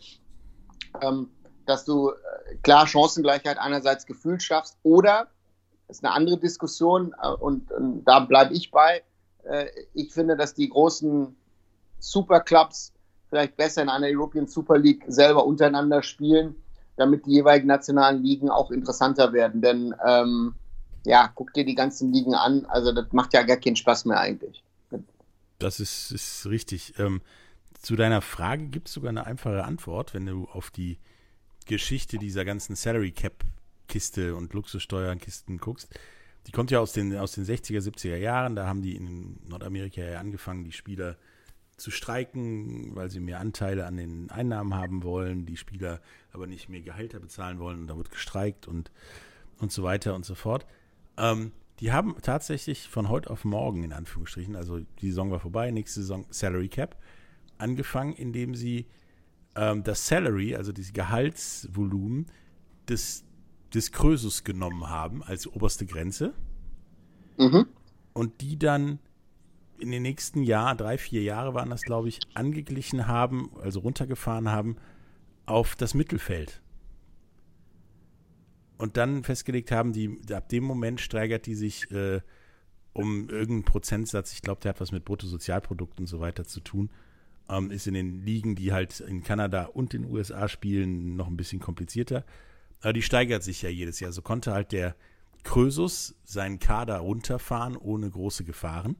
dass du klar Chancengleichheit einerseits gefühlt schaffst oder, das ist eine andere Diskussion und da bleibe ich bei, ich finde, dass die großen Superclubs vielleicht besser in einer European Super League selber untereinander spielen, damit die jeweiligen nationalen Ligen auch interessanter werden. Denn guck dir die ganzen Ligen an, also das macht ja gar keinen Spaß mehr eigentlich. Das ist richtig. Zu deiner Frage gibt es sogar eine einfache Antwort, wenn du auf die Geschichte dieser ganzen Salary Cap Kiste und Luxussteuerkisten guckst. Die kommt ja aus den 60er, 70er Jahren. Da haben die in Nordamerika ja angefangen, die Spieler zu streiken, weil sie mehr Anteile an den Einnahmen haben wollen, die Spieler aber nicht mehr Gehälter bezahlen wollen und da wird gestreikt und so weiter und so fort. Die haben tatsächlich von heute auf morgen, in Anführungsstrichen, also die Saison war vorbei, nächste Saison Salary Cap, angefangen, indem sie das Salary, also dieses Gehaltsvolumen des Krösus genommen haben als oberste Grenze und die dann in den nächsten 3-4 Jahre waren das, glaube ich, angeglichen haben, also runtergefahren haben auf das Mittelfeld. Und dann festgelegt haben, ab dem Moment steigert die sich um irgendeinen Prozentsatz, ich glaube, der hat was mit Bruttosozialprodukt und so weiter zu tun, ist in den Ligen, die halt in Kanada und in den USA spielen, noch ein bisschen komplizierter. Aber die steigert sich ja jedes Jahr. So konnte halt der Krösus seinen Kader runterfahren, ohne große Gefahren.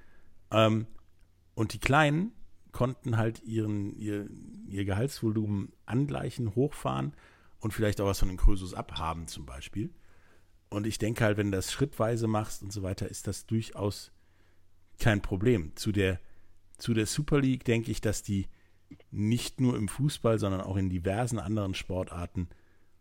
Und die Kleinen konnten halt ihr Gehaltsvolumen angleichen, hochfahren und vielleicht auch was von den Krösus abhaben zum Beispiel. Und ich denke halt, wenn du das schrittweise machst und so weiter, ist das durchaus kein Problem. Zu der Super League denke ich, dass die nicht nur im Fußball, sondern auch in diversen anderen Sportarten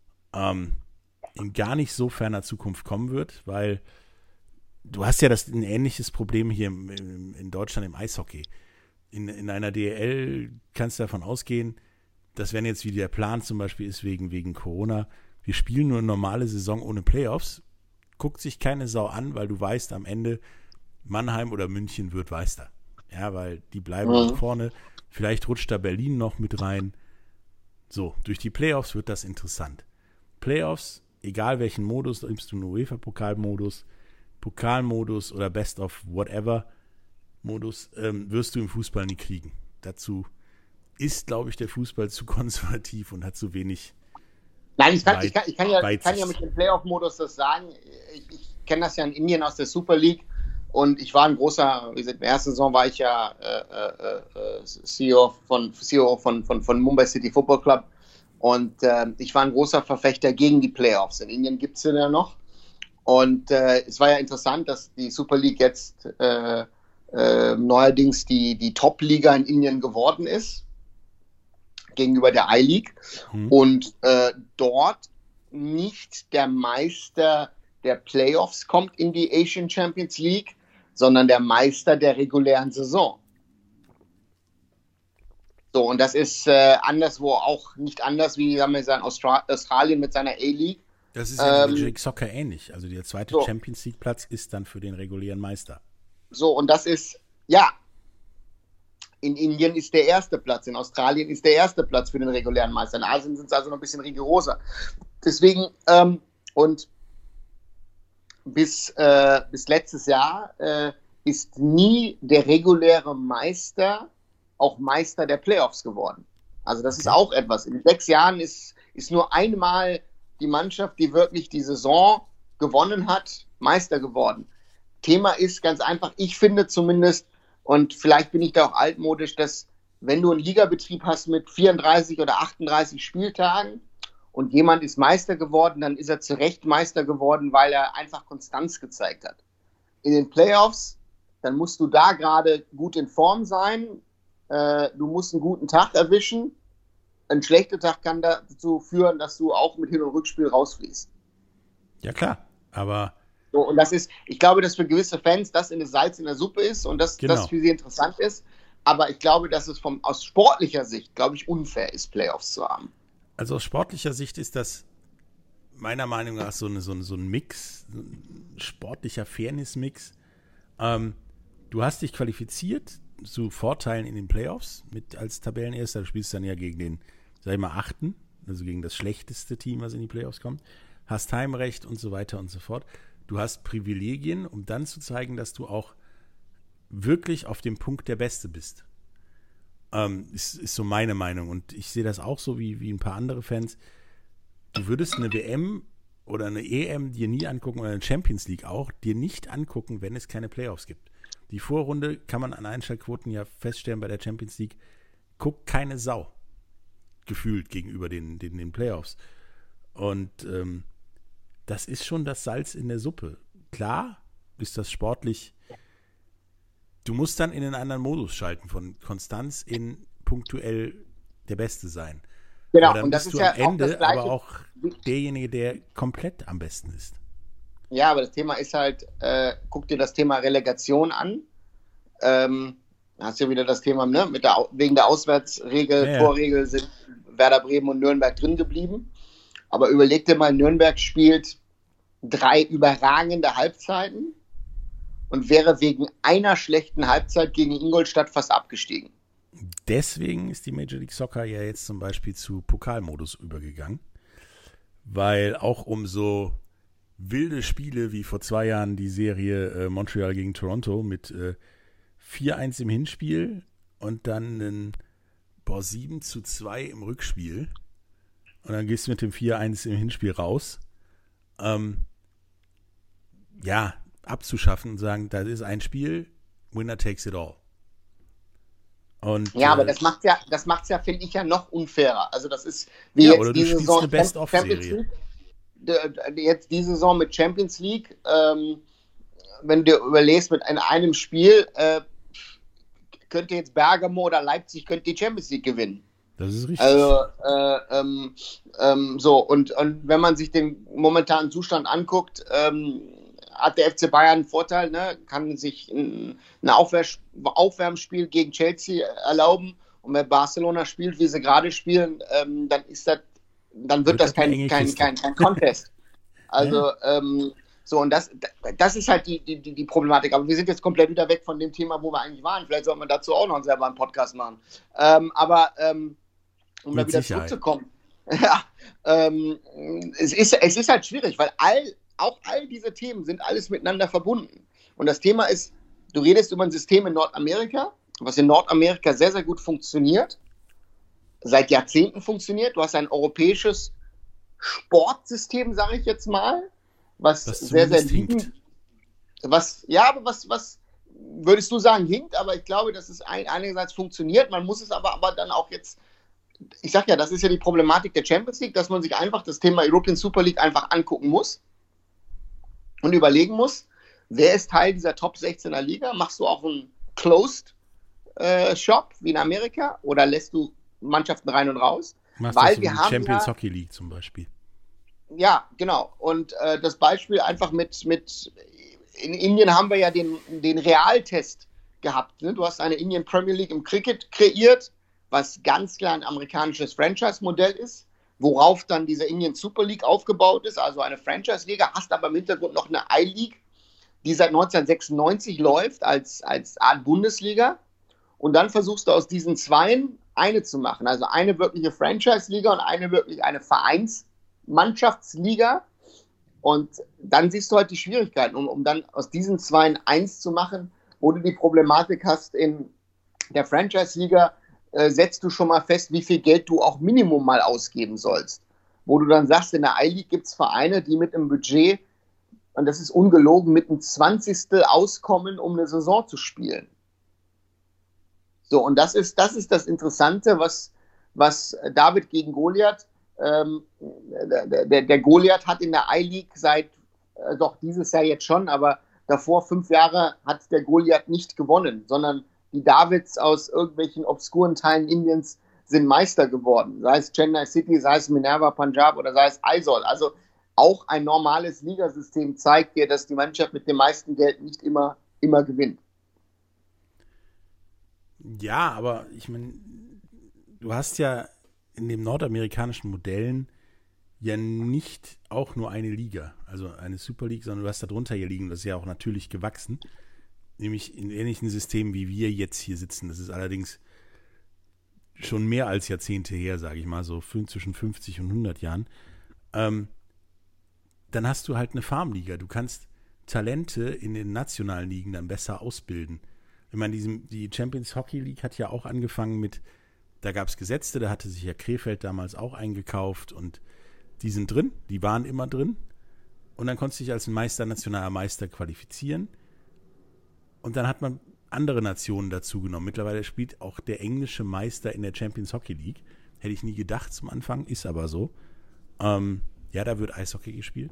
in gar nicht so ferner Zukunft kommen wird, weil du hast ja ein ähnliches Problem hier in Deutschland im Eishockey. In einer DEL kannst du davon ausgehen, dass wenn jetzt wie der Plan zum Beispiel ist wegen Corona, wir spielen nur eine normale Saison ohne Playoffs, guckt sich keine Sau an, weil du weißt, am Ende Mannheim oder München wird Meister. Ja, weil die bleiben vorne. Vielleicht rutscht da Berlin noch mit rein. So, durch die Playoffs wird das interessant. Playoffs, egal welchen Modus, nimmst du einen UEFA-Pokalmodus, Pokalmodus oder Best of Whatever Modus, wirst du im Fußball nie kriegen. Dazu ist, glaube ich, der Fußball zu konservativ und hat zu wenig. Nein, ich kann ja mit dem Playoff-Modus das sagen. Ich kenne das ja in Indien aus der Super League und ich war ein großer, wie gesagt, in der ersten Saison war ich ja CEO von Mumbai City Football Club und ich war ein großer Verfechter gegen die Playoffs. In Indien gibt es sie ja noch und es war ja interessant, dass die Super League jetzt neuerdings die Top-Liga in Indien geworden ist, gegenüber der I-League. Und dort nicht der Meister der Playoffs kommt in die Asian Champions League, sondern der Meister der regulären Saison. So, und das ist anderswo auch nicht anders, wie sagen wir sagen, Australien mit seiner A-League. Das ist ja in Major League Soccer ähnlich. Also der zweite Champions League Platz ist dann für den regulären Meister. So, und das ist, ja, in Indien ist der erste Platz, in Australien ist der erste Platz für den regulären Meister. In Asien sind es also noch ein bisschen rigoroser. Deswegen, und bis letztes Jahr ist nie der reguläre Meister auch Meister der Playoffs geworden. Also das ist auch etwas. In 6 Jahren ist nur einmal die Mannschaft, die wirklich die Saison gewonnen hat, Meister geworden. Thema ist ganz einfach, ich finde zumindest, und vielleicht bin ich da auch altmodisch, dass wenn du einen Ligabetrieb hast mit 34 oder 38 Spieltagen und jemand ist Meister geworden, dann ist er zu Recht Meister geworden, weil er einfach Konstanz gezeigt hat. In den Playoffs, dann musst du da gerade gut in Form sein, du musst einen guten Tag erwischen. Ein schlechter Tag kann dazu führen, dass du auch mit Hin- und Rückspiel rausfliegst. Ja klar, aber... So, und das ist, ich glaube, dass für gewisse Fans das in das Salz in der Suppe ist und das für sie interessant ist. Aber ich glaube, dass es aus sportlicher Sicht, glaube ich, unfair ist, Playoffs zu haben. Also aus sportlicher Sicht ist das meiner Meinung nach so ein Mix, ein sportlicher Fairness-Mix. Du hast dich qualifiziert zu Vorteilen in den Playoffs als Tabellenerster. Du spielst dann ja gegen den, sag ich mal, 8., also gegen das schlechteste Team, was in die Playoffs kommt. Hast Heimrecht und so weiter und so fort. Du hast Privilegien, um dann zu zeigen, dass du auch wirklich auf dem Punkt der Beste bist. Ist so meine Meinung. Und ich sehe das auch so wie ein paar andere Fans. Du würdest eine WM oder eine EM dir nie angucken oder eine Champions League auch, dir nicht angucken, wenn es keine Playoffs gibt. Die Vorrunde kann man an Einschaltquoten ja feststellen bei der Champions League, guckt keine Sau gefühlt gegenüber den Playoffs. Und das ist schon das Salz in der Suppe. Klar ist das sportlich. Du musst dann in einen anderen Modus schalten, von Konstanz in punktuell der Beste sein. Genau, aber dann und das bist ist du ja am Ende auch das Gleiche. aber auch derjenige, der komplett am besten ist. Ja, aber das Thema ist halt, guck dir das Thema Relegation an. Hast ja wieder das Thema, ne? Wegen der Auswärtsregel, Torregel sind Werder Bremen und Nürnberg drin geblieben. Aber überleg dir mal, Nürnberg spielt 3 überragende Halbzeiten und wäre wegen einer schlechten Halbzeit gegen Ingolstadt fast abgestiegen. Deswegen ist die Major League Soccer ja jetzt zum Beispiel zu Pokalmodus übergegangen, weil auch um so wilde Spiele wie vor 2 Jahren die Serie Montreal gegen Toronto mit 4-1 im Hinspiel und dann ein 7-2 im Rückspiel und dann gehst du mit dem 4-1 im Hinspiel raus, abzuschaffen und sagen, das ist ein Spiel, Winner takes it all. Und, ja, aber das macht's ja, finde ich, ja noch unfairer. Also das ist wie jetzt diese Saison eine Best-of-Serie. Jetzt diese Saison mit Champions League, wenn du überlegst, mit einem Spiel könnte jetzt Bergamo oder Leipzig könnte die Champions League gewinnen. Das ist richtig. Also und wenn man sich den momentanen Zustand anguckt, hat der FC Bayern einen Vorteil, ne? Kann sich ein Aufwärmspiel gegen Chelsea erlauben und wenn Barcelona spielt, wie sie gerade spielen, dann wird das kein Contest. Also und das ist halt die Problematik. Aber wir sind jetzt komplett wieder weg von dem Thema, wo wir eigentlich waren. Vielleicht sollten wir dazu auch noch selber einen Podcast machen. Um da wieder zurückzukommen. Es ist halt schwierig, weil all diese Themen sind alles miteinander verbunden. Und das Thema ist, du redest über ein System in Nordamerika, was in Nordamerika sehr, sehr gut funktioniert, seit Jahrzehnten funktioniert. Du hast ein europäisches Sportsystem, sage ich jetzt mal, was sehr, sehr liebend, was würdest du sagen, hinkt, aber ich glaube, dass es einerseits funktioniert, man muss es aber dann auch jetzt, ich sag ja, das ist ja die Problematik der Champions League, dass man sich einfach das Thema European Super League einfach angucken muss und überlegen muss, wer ist Teil dieser Top 16er Liga? Machst du auch ein Closed Shop wie in Amerika oder lässt du Mannschaften rein und raus? Machst Weil das wir in haben Champions Hockey League zum Beispiel. Ja, genau. Und das Beispiel einfach mit in Indien haben wir ja den Realtest gehabt. Ne? Du hast eine Indian Premier League im Cricket kreiert, was ganz klar ein amerikanisches Franchise-Modell ist, worauf dann diese Indian Super League aufgebaut ist, also eine Franchise-Liga, hast aber im Hintergrund noch eine I-League, die seit 1996 läuft als Art Bundesliga. Und dann versuchst du aus diesen zweien eine zu machen. Also eine wirkliche Franchise-Liga und eine wirklich eine Vereinsmannschaftsliga. Und dann siehst du halt die Schwierigkeiten, um dann aus diesen zweien eins zu machen, wo du die Problematik hast in der Franchise-Liga, setzt du schon mal fest, wie viel Geld du auch Minimum mal ausgeben sollst. Wo du dann sagst, in der I-League gibt es Vereine, die mit einem Budget, und das ist ungelogen, mit einem 20. auskommen, um eine Saison zu spielen. So, und das ist das Interessante, was David gegen Goliath, der Goliath hat in der I-League doch dieses Jahr jetzt schon, aber davor 5 Jahre hat der Goliath nicht gewonnen, sondern die Davids aus irgendwelchen obskuren Teilen Indiens sind Meister geworden. Sei es Chennai City, sei es Minerva Punjab oder sei es Aizawl. Also auch ein normales Ligasystem zeigt dir, dass die Mannschaft mit dem meisten Geld nicht immer gewinnt. Ja, aber ich meine, du hast ja in den nordamerikanischen Modellen ja nicht auch nur eine Liga, also eine Super League, sondern du hast da drunter hier liegen, das ist ja auch natürlich gewachsen, nämlich in ähnlichen Systemen, wie wir jetzt hier sitzen. Das ist allerdings schon mehr als Jahrzehnte her, sage ich mal, so zwischen 50 und 100 Jahren. Dann hast du halt eine Farmliga. Du kannst Talente in den nationalen Ligen dann besser ausbilden. Ich meine, die Champions Hockey League hat ja auch angefangen mit, da gab es Gesetze, da hatte sich ja Krefeld damals auch eingekauft und die sind drin, die waren immer drin und dann konntest du dich als nationaler Meister qualifizieren und dann hat man andere Nationen dazu genommen. Mittlerweile spielt auch der englische Meister in der Champions Hockey League. Hätte ich nie gedacht zum Anfang, ist aber so. Ja, da wird Eishockey gespielt.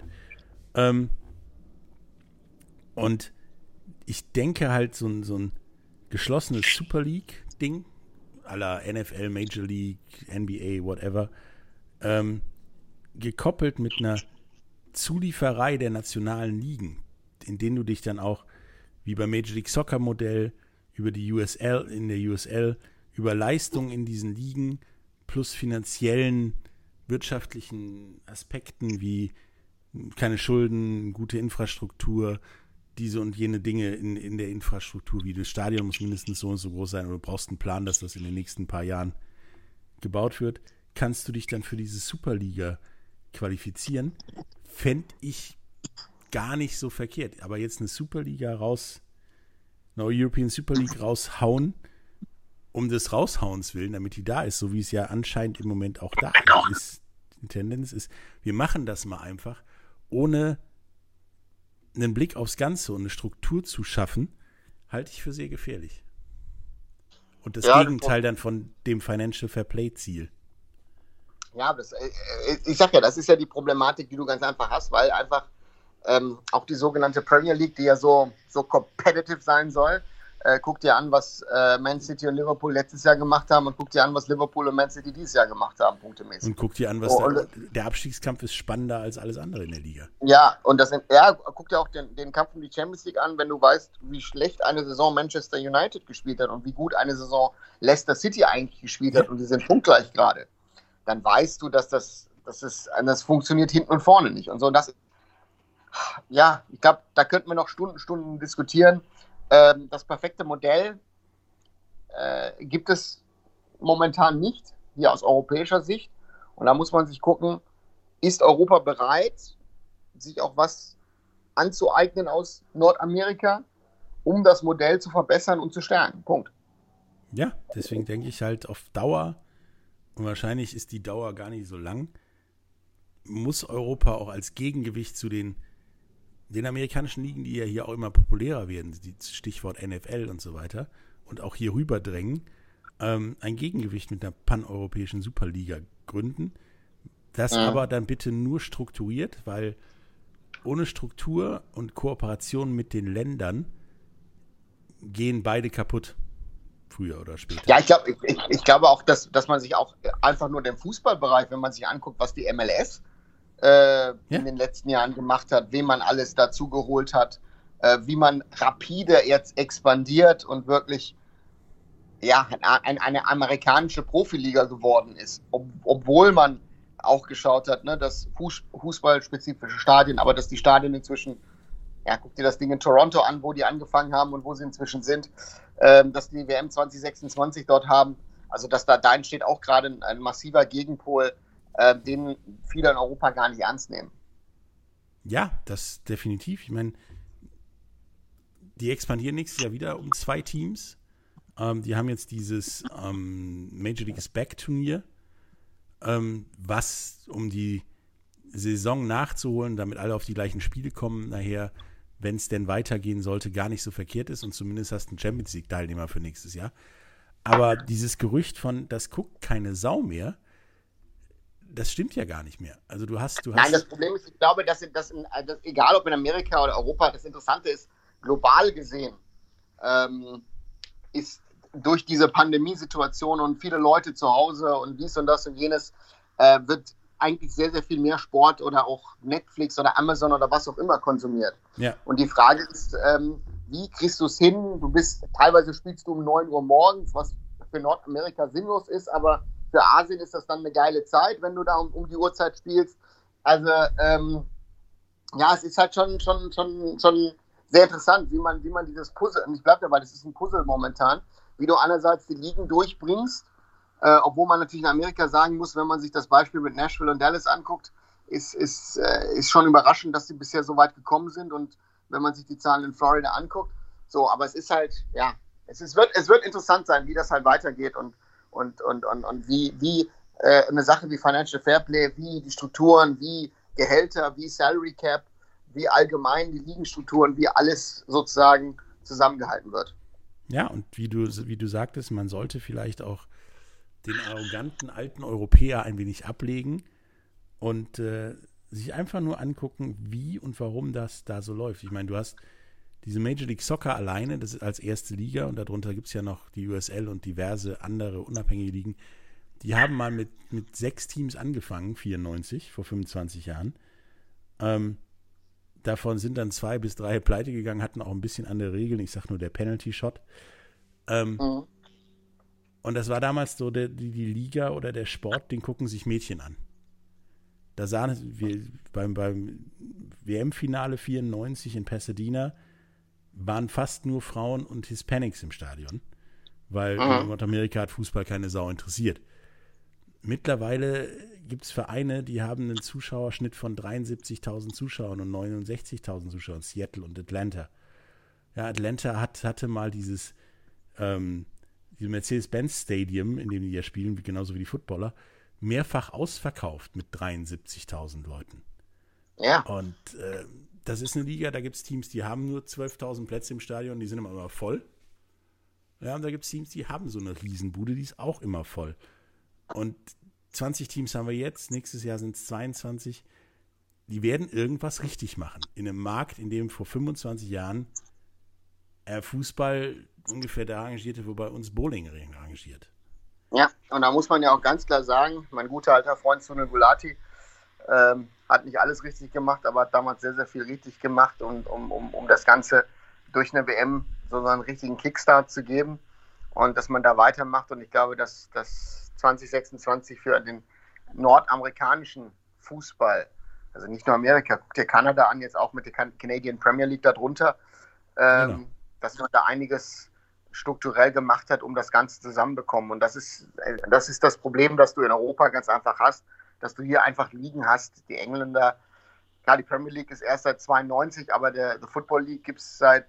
Und ich denke halt so ein geschlossenes Super League-Ding à la NFL, Major League, NBA, whatever, gekoppelt mit einer Zulieferei der nationalen Ligen, in denen du dich dann auch wie beim Major League Soccer Modell über die USL, in der USL, über Leistungen in diesen Ligen plus finanziellen, wirtschaftlichen Aspekten wie keine Schulden, gute Infrastruktur, diese und jene Dinge in der Infrastruktur, wie das Stadion muss mindestens so und so groß sein oder du brauchst einen Plan, dass das in den nächsten paar Jahren gebaut wird, kannst du dich dann für diese Superliga qualifizieren. Fände ich gar nicht so verkehrt. Aber jetzt eine Superliga eine European Super League raushauen, um des Raushauens willen, damit die da ist, so wie es ja anscheinend im Moment auch da ist. Die Tendenz ist, wir machen das mal einfach, ohne einen Blick aufs Ganze und eine Struktur zu schaffen, halte ich für sehr gefährlich. Und das Gegenteil dann von dem Financial Fair Play Ziel. Ja, ich sag ja, das ist ja die Problematik, die du ganz einfach hast, weil einfach auch die sogenannte Premier League, die ja so competitive sein soll, guck dir an, was Man City und Liverpool letztes Jahr gemacht haben und guck dir an, was Liverpool und Man City dieses Jahr gemacht haben, punktemäßig. Und guck dir an, was der Abstiegskampf ist spannender als alles andere in der Liga. Ja, und guck dir auch den Kampf um die Champions League an, wenn du weißt, wie schlecht eine Saison Manchester United gespielt hat und wie gut eine Saison Leicester City eigentlich gespielt hat und die sind punktgleich gerade, dann weißt du, dass das funktioniert hinten und vorne nicht. Und so, ich glaube, da könnten wir noch Stunden diskutieren. Das perfekte Modell gibt es momentan nicht, hier aus europäischer Sicht. Und da muss man sich gucken, ist Europa bereit, sich auch was anzueignen aus Nordamerika, um das Modell zu verbessern und zu stärken. Punkt. Ja, deswegen denke ich halt auf Dauer, und wahrscheinlich ist die Dauer gar nicht so lang, muss Europa auch als Gegengewicht zu den amerikanischen Ligen, die ja hier auch immer populärer werden, Stichwort NFL und so weiter, und auch hier rüber drängen, ein Gegengewicht mit einer paneuropäischen Superliga gründen. Das aber dann bitte nur strukturiert, weil ohne Struktur und Kooperation mit den Ländern gehen beide kaputt. Früher oder später. Ja, ich glaube auch, dass man sich auch einfach nur den Fußballbereich, wenn man sich anguckt, was die MLS in den letzten Jahren gemacht hat, wen man alles dazu geholt hat, wie man rapide jetzt expandiert und wirklich eine amerikanische Profiliga geworden ist, obwohl man auch geschaut hat, ne, dass fußballspezifische Stadien, aber dass die Stadien inzwischen, guck dir das Ding in Toronto an, wo die angefangen haben und wo sie inzwischen sind, dass die WM 2026 dort haben, also dass da entsteht auch gerade ein massiver Gegenpol, den viele in Europa gar nicht ernst nehmen. Ja, das definitiv. Ich meine, die expandieren nächstes Jahr wieder um 2 Teams. Die haben jetzt dieses Major League Back Turnier, was, um die Saison nachzuholen, damit alle auf die gleichen Spiele kommen, nachher, wenn es denn weitergehen sollte, gar nicht so verkehrt ist und zumindest hast du einen Champions League-Teilnehmer für nächstes Jahr. Aber dieses Gerücht von, das guckt keine Sau mehr, das stimmt ja gar nicht mehr. Also du hast Nein, das Problem ist, ich glaube, dass egal ob in Amerika oder Europa, das Interessante ist, global gesehen, ist durch diese Pandemiesituation und viele Leute zu Hause und dies und das und jenes, wird eigentlich sehr, sehr viel mehr Sport oder auch Netflix oder Amazon oder was auch immer konsumiert. Ja. Und die Frage ist, wie kriegst du es hin? Teilweise spielst du um 9 Uhr morgens, was für Nordamerika sinnlos ist, aber für Asien ist das dann eine geile Zeit, wenn du da um die Uhrzeit spielst. Also, es ist halt schon sehr interessant, wie man dieses Puzzle, und ich bleibe dabei, das ist ein Puzzle momentan, wie du einerseits die Ligen durchbringst, obwohl man natürlich in Amerika sagen muss, wenn man sich das Beispiel mit Nashville und Dallas anguckt, ist schon überraschend, dass sie bisher so weit gekommen sind, und wenn man sich die Zahlen in Florida anguckt, so, aber es ist halt, es wird interessant sein, wie das halt weitergeht und wie eine Sache wie Financial Fairplay, wie die Strukturen, wie Gehälter, wie Salary Cap, wie allgemein die Ligenstrukturen, wie alles sozusagen zusammengehalten wird. Ja, und wie du sagtest, man sollte vielleicht auch den arroganten alten Europäer ein wenig ablegen und sich einfach nur angucken, wie und warum das da so läuft. Ich meine, du hast diese Major League Soccer alleine, das ist als erste Liga, und darunter gibt es ja noch die USL und diverse andere unabhängige Ligen. Die haben mal mit 6 Teams angefangen, 94, vor 25 Jahren. Davon sind dann 2 bis 3 pleite gegangen, hatten auch ein bisschen andere Regeln. Ich sag nur der Penalty-Shot. Und das war damals so, die Liga oder der Sport, den gucken sich Mädchen an. Da sahen wir beim WM-Finale 94 in Pasadena, waren fast nur Frauen und Hispanics im Stadion, weil in Nordamerika hat Fußball keine Sau interessiert. Mittlerweile gibt es Vereine, die haben einen Zuschauerschnitt von 73.000 Zuschauern und 69.000 Zuschauern, Seattle und Atlanta. Ja, Atlanta hatte mal dieses Mercedes-Benz Stadium, in dem die ja spielen, genauso wie die Footballer, mehrfach ausverkauft mit 73.000 Leuten. Ja. Und das ist eine Liga, da gibt es Teams, die haben nur 12.000 Plätze im Stadion, die sind immer voll. Ja, und da gibt es Teams, die haben so eine Riesenbude, die ist auch immer voll. Und 20 Teams haben wir jetzt, nächstes Jahr sind es 22. Die werden irgendwas richtig machen. In einem Markt, in dem vor 25 Jahren Fußball ungefähr da arrangierte, wo bei uns Bowling arrangiert. Ja, und da muss man ja auch ganz klar sagen, mein guter alter Freund Sunil Gulati hat nicht alles richtig gemacht, aber hat damals sehr, sehr viel richtig gemacht, und um das Ganze durch eine WM so einen richtigen Kickstart zu geben und dass man da weitermacht. Und ich glaube, dass 2026 für den nordamerikanischen Fußball, also nicht nur Amerika, guck dir Kanada an, jetzt auch mit der Canadian Premier League darunter, dass man da einiges strukturell gemacht hat, um das Ganze zusammenbekommen. Und das ist das Problem, das du in Europa ganz einfach hast, dass du hier einfach Ligen hast. Die Engländer, klar, die Premier League ist erst seit 92, aber die Football League gibt es seit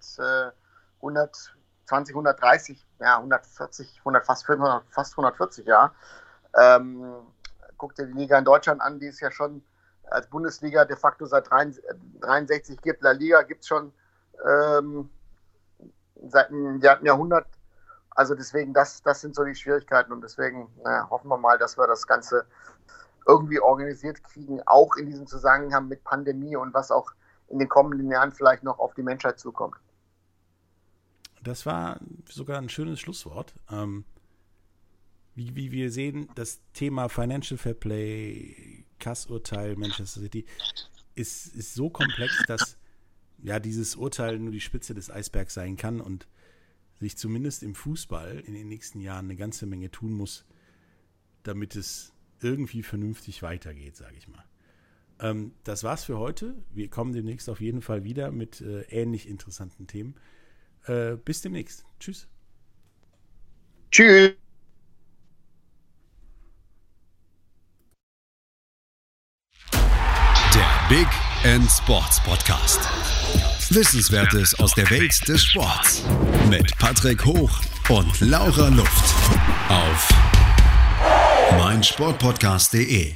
130, 140, fast 140 Jahre. Guck dir die Liga in Deutschland an, die ist ja schon als Bundesliga de facto seit 63 gibt. La Liga gibt es schon seit einem Jahrhundert. Also deswegen, das sind so die Schwierigkeiten, und deswegen hoffen wir mal, dass wir das Ganze irgendwie organisiert kriegen, auch in diesem Zusammenhang mit Pandemie und was auch in den kommenden Jahren vielleicht noch auf die Menschheit zukommt. das war sogar ein schönes Schlusswort. Wie wir sehen, das Thema Financial Fair Play, Kass-Urteil, Manchester City ist so komplex, dass ja dieses Urteil nur die Spitze des Eisbergs sein kann und sich zumindest im Fußball in den nächsten Jahren eine ganze Menge tun muss, damit es irgendwie vernünftig weitergeht, sage ich mal. Das war's für heute. Wir kommen demnächst auf jeden Fall wieder mit ähnlich interessanten Themen. Bis demnächst. Tschüss. Tschüss. Der Big End Sports Podcast. Wissenswertes aus der Welt des Sports. Mit Patrick Hoch und Laura Luft. Auf meinsportpodcast.de.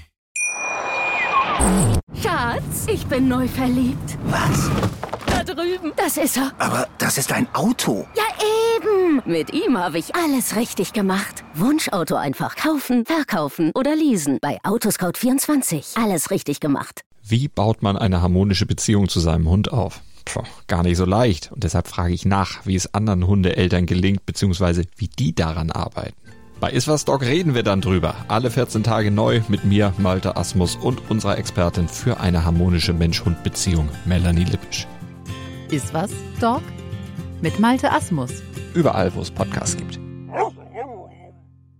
Schatz, ich bin neu verliebt. Was? Da drüben. Das ist er. Aber das ist ein Auto. Ja, eben. Mit ihm habe ich alles richtig gemacht. Wunschauto einfach kaufen, verkaufen oder leasen. Bei Autoscout24. Alles richtig gemacht. Wie baut man eine harmonische Beziehung zu seinem Hund auf? Gar nicht so leicht. Und deshalb frage ich nach, wie es anderen Hundeeltern gelingt, beziehungsweise wie die daran arbeiten. Bei Iswas Dog reden wir dann drüber. Alle 14 Tage neu mit mir, Malte Asmus und unserer Expertin für eine harmonische Mensch-Hund-Beziehung, Melanie Lippisch. Iswas Dog mit Malte Asmus. Überall, wo es Podcasts gibt.